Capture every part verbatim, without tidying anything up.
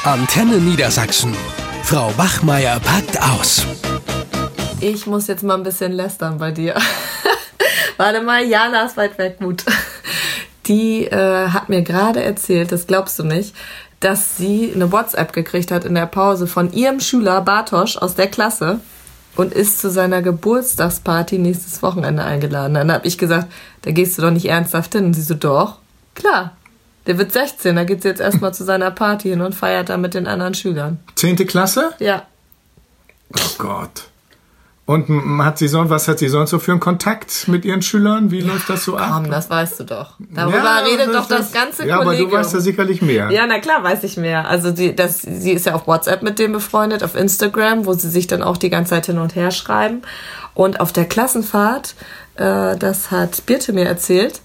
Antenne Niedersachsen. Frau Bachmeier packt aus. Ich muss jetzt mal ein bisschen lästern bei dir. Warte mal, Jana ist weit weg, gut. Die äh, hat mir gerade erzählt, das glaubst du nicht, dass sie eine WhatsApp gekriegt hat in der Pause von ihrem Schüler Bartosch aus der Klasse und ist zu seiner Geburtstagsparty nächstes Wochenende eingeladen. Dann habe ich gesagt, da gehst du doch nicht ernsthaft hin. Und sie so, doch, klar. Der wird sechzehn, da geht sie jetzt erstmal zu seiner Party hin und feiert da mit den anderen Schülern. Zehnte Klasse? Ja. Oh Gott. Und hat sie sonst, was hat sie sonst so für einen Kontakt mit ihren Schülern? Wie ja, läuft das so ab? Komm, das weißt du doch. Darüber ja, redet das, doch das ganze ja, Kollegium. Ja, aber du weißt ja sicherlich mehr. Ja, na klar, weiß ich mehr. Also sie, das, sie ist ja auf WhatsApp mit dem befreundet, auf Instagram, wo sie sich dann auch die ganze Zeit hin und her schreiben. Und auf der Klassenfahrt, äh, das hat Birte mir erzählt,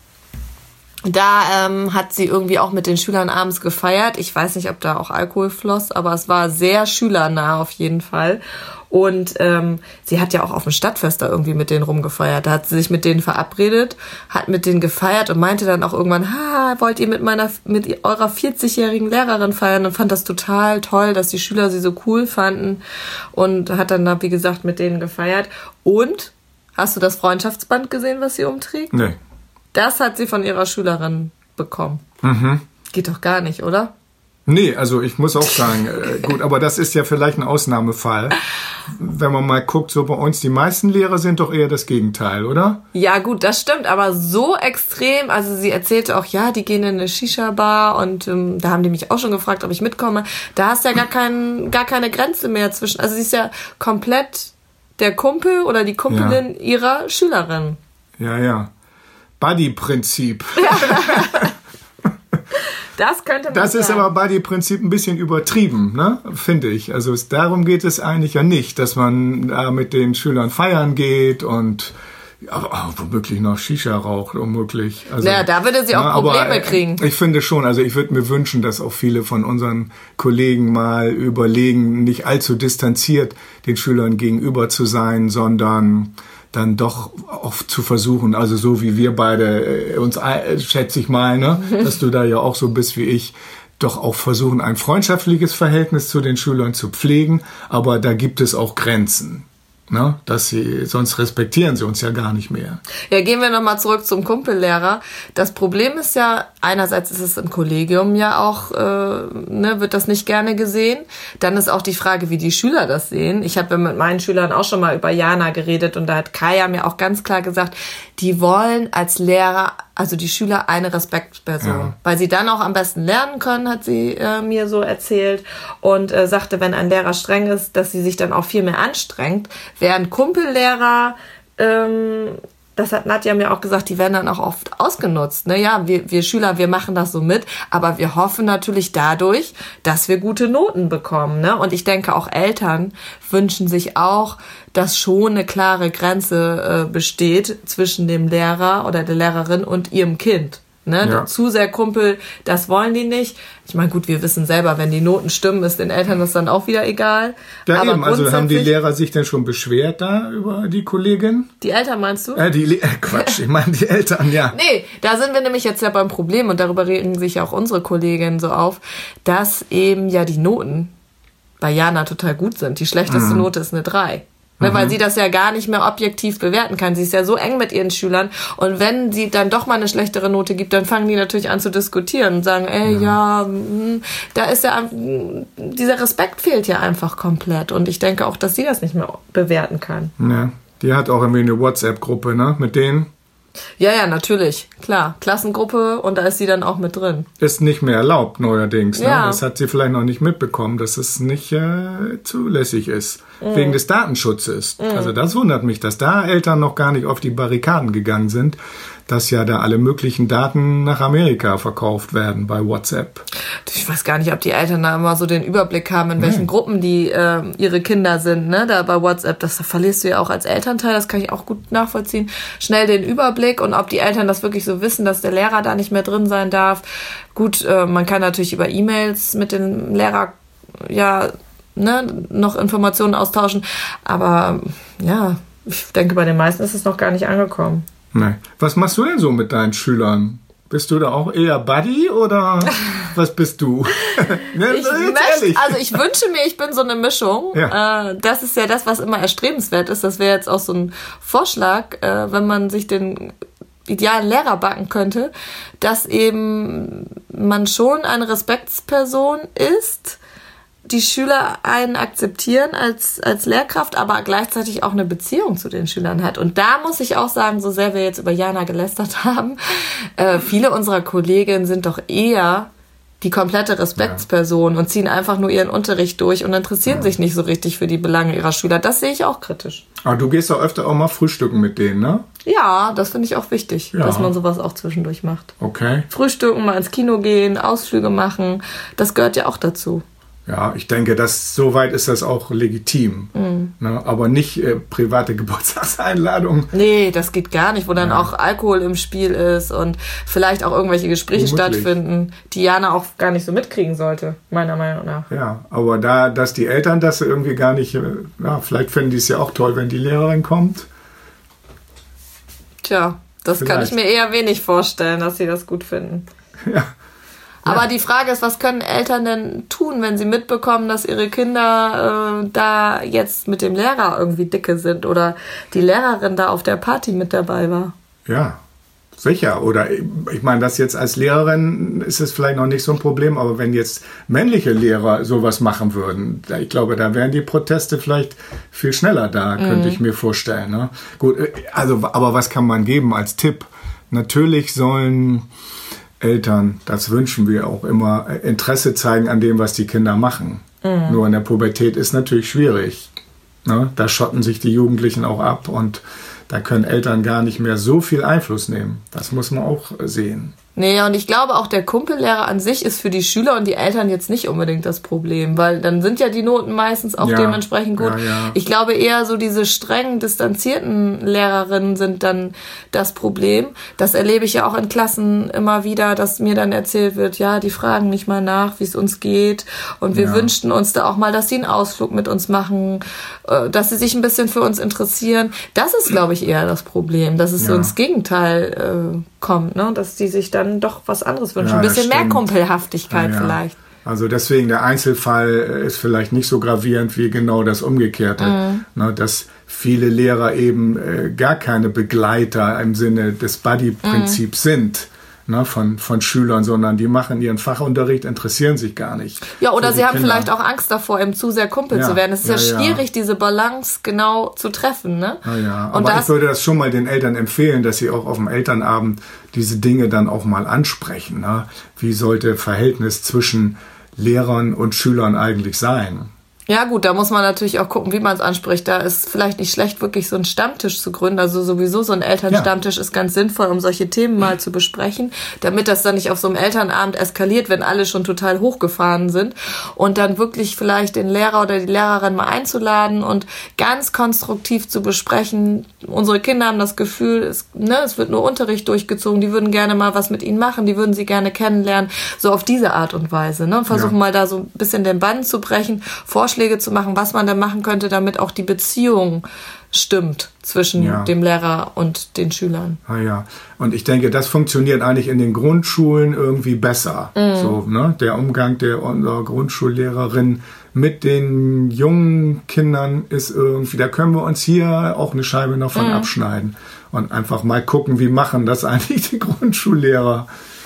da ähm, hat sie irgendwie auch mit den Schülern abends gefeiert. Ich weiß nicht, ob da auch Alkohol floss, aber es war sehr schülernah auf jeden Fall. Und ähm, sie hat ja auch auf dem Stadtfest da irgendwie mit denen rumgefeiert. Da hat sie sich mit denen verabredet, hat mit denen gefeiert und meinte dann auch irgendwann, ha, wollt ihr mit meiner, mit eurer vierzigjährigen Lehrerin feiern? Und fand das total toll, dass die Schüler sie so cool fanden und hat dann da, wie gesagt, mit denen gefeiert. Und, hast du das Freundschaftsband gesehen, was sie umträgt? Nee. Das hat sie von ihrer Schülerin bekommen. Mhm. Geht doch gar nicht, oder? Nee, also ich muss auch sagen, äh, gut, aber das ist ja vielleicht ein Ausnahmefall. Wenn man mal guckt, so bei uns, die meisten Lehrer sind doch eher das Gegenteil, oder? Ja gut, das stimmt, aber so extrem, also sie erzählte auch, ja, die gehen in eine Shisha-Bar und ähm, da haben die mich auch schon gefragt, ob ich mitkomme. Da hast du ja gar, kein, gar keine Grenze mehr zwischen, also sie ist ja komplett der Kumpel oder die Kumpelin ja. ihrer Schülerin. Ja, ja. Buddy-Prinzip. Ja. Das könnte man Das sagen. ist aber Buddy-Prinzip ein bisschen übertrieben, ne? Finde ich. Also es, darum geht es eigentlich ja nicht, dass man da mit den Schülern feiern geht und ja, oh, womöglich noch Shisha raucht, unmöglich. Also, naja, da würde sie auch na, Probleme aber, kriegen. Ich finde schon, also ich würde mir wünschen, dass auch viele von unseren Kollegen mal überlegen, nicht allzu distanziert den Schülern gegenüber zu sein, sondern dann doch auch zu versuchen, also so wie wir beide äh, uns, äh, schätze ich mal, ne, dass du da ja auch so bist wie ich, doch auch versuchen, ein freundschaftliches Verhältnis zu den Schülern zu pflegen, aber da gibt es auch Grenzen. Ne, dass sie, sonst respektieren sie uns ja gar nicht mehr. Ja, gehen wir nochmal zurück zum Kumpellehrer. Das Problem ist ja, einerseits ist es im Kollegium ja auch, äh, ne, wird das nicht gerne gesehen. Dann ist auch die Frage, wie die Schüler das sehen. Ich habe mit meinen Schülern auch schon mal über Jana geredet und da hat Kaya mir auch ganz klar gesagt, die wollen als Lehrer, also die Schüler, eine Respektsperson. Ja. Weil sie dann auch am besten lernen können, hat sie äh, mir so erzählt. Und äh, sagte, wenn ein Lehrer streng ist, dass sie sich dann auch viel mehr anstrengt. Während Kumpellehrer, ähm, das hat Nadja mir auch gesagt, die werden dann auch oft ausgenutzt. Ne? Ja, wir, wir Schüler, wir machen das so mit, aber wir hoffen natürlich dadurch, dass wir gute Noten bekommen. Ne? Und ich denke, auch Eltern wünschen sich auch, dass schon eine klare Grenze äh, besteht zwischen dem Lehrer oder der Lehrerin und ihrem Kind. Ne? Ja. Zu sehr Kumpel, das wollen die nicht. Ich meine, gut, wir wissen selber, wenn die Noten stimmen, ist den Eltern das dann auch wieder egal. Ja, aber eben, also haben die Lehrer sich denn schon beschwert da über die Kollegin? Die Eltern meinst du? Äh, die Le- äh, Quatsch, ich meine die Eltern, ja. Nee, da sind wir nämlich jetzt ja beim Problem und darüber regen sich ja auch unsere Kolleginnen so auf, dass eben ja die Noten bei Jana total gut sind. Die schlechteste mhm. Note ist eine drei. Ne, weil sie das ja gar nicht mehr objektiv bewerten kann. Sie ist ja so eng mit ihren Schülern. Und wenn sie dann doch mal eine schlechtere Note gibt, dann fangen die natürlich an zu diskutieren und sagen, ey, ja, ja mh, da ist ja, mh, dieser Respekt fehlt ja einfach komplett. Und ich denke auch, dass sie das nicht mehr bewerten kann. Ja, die hat auch irgendwie eine WhatsApp-Gruppe, ne, mit denen. Ja, ja, natürlich, klar. Klassengruppe und da ist sie dann auch mit drin. Ist nicht mehr erlaubt neuerdings. Ne? Ja. Das hat sie vielleicht noch nicht mitbekommen, dass es nicht äh, zulässig ist. Mm. Wegen des Datenschutzes. Mm. Also das wundert mich, dass da Eltern noch gar nicht auf die Barrikaden gegangen sind, dass ja da alle möglichen Daten nach Amerika verkauft werden bei WhatsApp. Ich weiß gar nicht, ob die Eltern da immer so den Überblick haben, in welchen nee. Gruppen die äh, ihre Kinder sind, ne? Da bei WhatsApp. Das verlierst du ja auch als Elternteil, das kann ich auch gut nachvollziehen. Schnell den Überblick und ob die Eltern das wirklich so wissen, dass der Lehrer da nicht mehr drin sein darf. Gut, äh, man kann natürlich über E-Mails mit dem Lehrer ja ne, noch Informationen austauschen, aber ja, ich denke, bei den meisten ist es noch gar nicht angekommen. Nee. Was machst du denn so mit deinen Schülern? Bist du da auch eher Buddy oder? was bist du? Ne, Ich möchte, also ich wünsche mir, ich bin so eine Mischung. Ja. Äh, das ist ja das, was immer erstrebenswert ist. Das wäre jetzt auch so ein Vorschlag, äh, wenn man sich den idealen Lehrer backen könnte, dass eben man schon eine Respektsperson ist, die Schüler einen akzeptieren als, als Lehrkraft, aber gleichzeitig auch eine Beziehung zu den Schülern hat. Und da muss ich auch sagen, so sehr wir jetzt über Jana gelästert haben, äh, viele unserer Kolleginnen sind doch eher die komplette Respektsperson ja. und ziehen einfach nur ihren Unterricht durch und interessieren ja. sich nicht so richtig für die Belange ihrer Schüler. Das sehe ich auch kritisch. Aber du gehst doch öfter auch mal frühstücken mit denen, ne? Ja, das finde ich auch wichtig, ja. dass man sowas auch zwischendurch macht. Okay. Frühstücken, mal ins Kino gehen, Ausflüge machen, das gehört ja auch dazu. Ja, ich denke, dass soweit ist das auch legitim. Mhm. Ne? Aber nicht äh, private Geburtstagseinladungen. Nee, das geht gar nicht, wo dann ja. auch Alkohol im Spiel ist und vielleicht auch irgendwelche Gespräche Unmöglich. stattfinden, die Jana auch gar nicht so mitkriegen sollte, meiner Meinung nach. Ja, aber da, dass die Eltern das irgendwie gar nicht, äh, ja, vielleicht finden die es ja auch toll, wenn die Lehrerin kommt. Tja, das vielleicht. kann ich mir eher wenig vorstellen, dass sie das gut finden. Ja. Aber ja. die Frage ist, was können Eltern denn tun, wenn sie mitbekommen, dass ihre Kinder äh, da jetzt mit dem Lehrer irgendwie dicke sind oder die Lehrerin da auf der Party mit dabei war? Ja, sicher. Oder ich meine, das jetzt als Lehrerin ist es vielleicht noch nicht so ein Problem, aber wenn jetzt männliche Lehrer sowas machen würden, ich glaube, da wären die Proteste vielleicht viel schneller da, mhm. könnte ich mir vorstellen. Ne? Gut, also, aber was kann man geben als Tipp? Natürlich sollen Eltern, das wünschen wir auch immer, Interesse zeigen an dem, was die Kinder machen. Mhm. Nur in der Pubertät ist natürlich schwierig. Ne? Da schotten sich die Jugendlichen auch ab und da können Eltern gar nicht mehr so viel Einfluss nehmen. Das muss man auch sehen. Nee, und ich glaube auch, der Kumpellehrer an sich ist für die Schüler und die Eltern jetzt nicht unbedingt das Problem, weil dann sind ja die Noten meistens auch ja, dementsprechend gut. Ja, ja. Ich glaube eher so diese streng distanzierten Lehrerinnen sind dann das Problem. Das erlebe ich ja auch in Klassen immer wieder, dass mir dann erzählt wird, ja, die fragen nicht mal nach, wie es uns geht und wir ja. wünschten uns da auch mal, dass sie einen Ausflug mit uns machen, dass sie sich ein bisschen für uns interessieren. Das ist, glaube ich, eher das Problem, dass es ja. so ins Gegenteil äh, kommt, ne? Dass die sich dann doch was anderes wünschen. Ja, ein bisschen mehr Kumpelhaftigkeit ja, ja. vielleicht. Also deswegen, der Einzelfall ist vielleicht nicht so gravierend wie genau das Umgekehrte. Mhm. Ne, dass viele Lehrer eben äh, gar keine Begleiter im Sinne des Buddy-Prinzips mhm. sind. Ne, von, von Schülern, sondern die machen ihren Fachunterricht, interessieren sich gar nicht. Ja, oder sie haben Kinder. vielleicht auch Angst davor, eben zu sehr Kumpel ja, zu werden. Es ist ja, ja schwierig, ja. diese Balance genau zu treffen. Ne? Ja, ja. Und aber das, ich würde das schon mal den Eltern empfehlen, dass sie auch auf dem Elternabend diese Dinge dann auch mal ansprechen. Ne? Wie sollte Verhältnis zwischen Lehrern und Schülern eigentlich sein? Ja gut, da muss man natürlich auch gucken, wie man es anspricht. Da ist vielleicht nicht schlecht, wirklich so einen Stammtisch zu gründen. Also sowieso so ein Elternstammtisch ja. ist ganz sinnvoll, um solche Themen mal zu besprechen, damit das dann nicht auf so einem Elternabend eskaliert, wenn alle schon total hochgefahren sind. Und dann wirklich vielleicht den Lehrer oder die Lehrerin mal einzuladen und ganz konstruktiv zu besprechen. Unsere Kinder haben das Gefühl, es, ne, es wird nur Unterricht durchgezogen, die würden gerne mal was mit ihnen machen, die würden sie gerne kennenlernen. So auf diese Art und Weise. Ne? Und versuchen ja. mal da so ein bisschen den Bann zu brechen, Vorschläge zu machen, was man dann machen könnte, damit auch die Beziehung stimmt zwischen ja. dem Lehrer und den Schülern. Ah ja, und ich denke, das funktioniert eigentlich in den Grundschulen irgendwie besser. Mhm. So, ne? Der Umgang der unserer Grundschullehrerin mit den jungen Kindern ist irgendwie, da können wir uns hier auch eine Scheibe noch von mhm. abschneiden und einfach mal gucken, wie machen das eigentlich die Grundschullehrer.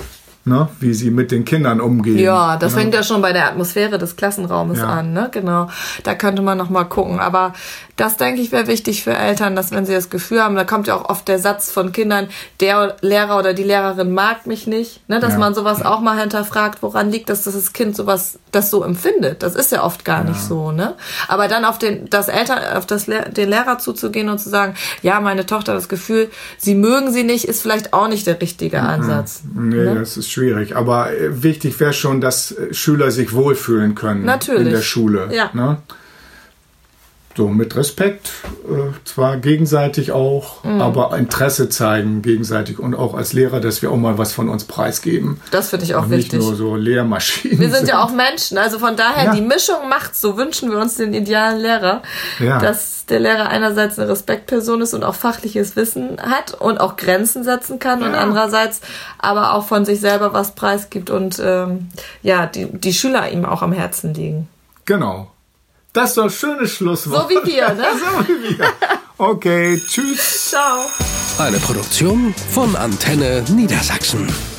Ne, wie sie mit den Kindern umgehen. Ja, das ja. fängt ja schon bei der Atmosphäre des Klassenraumes ja. an, ne? Genau. Da könnte man noch mal gucken. Aber das, denke ich, wäre wichtig für Eltern, dass wenn sie das Gefühl haben, da kommt ja auch oft der Satz von Kindern, der Lehrer oder die Lehrerin mag mich nicht, ne? Dass ja. man sowas auch mal hinterfragt, woran liegt das, dass das Kind sowas, das so empfindet. Das ist ja oft gar ja. nicht so, ne? Aber dann auf den, das Eltern, auf das, den Lehrer zuzugehen und zu sagen, ja, meine Tochter hat das Gefühl, sie mögen sie nicht, ist vielleicht auch nicht der richtige Ansatz. Nee, ne? Das ist schwierig, aber wichtig wäre schon, dass Schüler sich wohlfühlen können Natürlich. in der Schule. Ja. Ne? so mit Respekt, äh, zwar gegenseitig auch, mhm. aber Interesse zeigen gegenseitig und auch als Lehrer, dass wir auch mal was von uns preisgeben. Das finde ich auch und wichtig. Nicht nur so Lehrmaschinen. Wir sind ja auch Menschen, also von daher, ja. die Mischung macht's, so wünschen wir uns den idealen Lehrer, ja. dass der Lehrer einerseits eine Respektperson ist und auch fachliches Wissen hat und auch Grenzen setzen kann ja. und andererseits aber auch von sich selber was preisgibt und ähm, ja, die, die Schüler ihm auch am Herzen liegen. Genau. Das ist doch ein schönes Schlusswort. So wie wir, ne? So wie wir. Okay, tschüss. Ciao. Eine Produktion von Antenne Niedersachsen.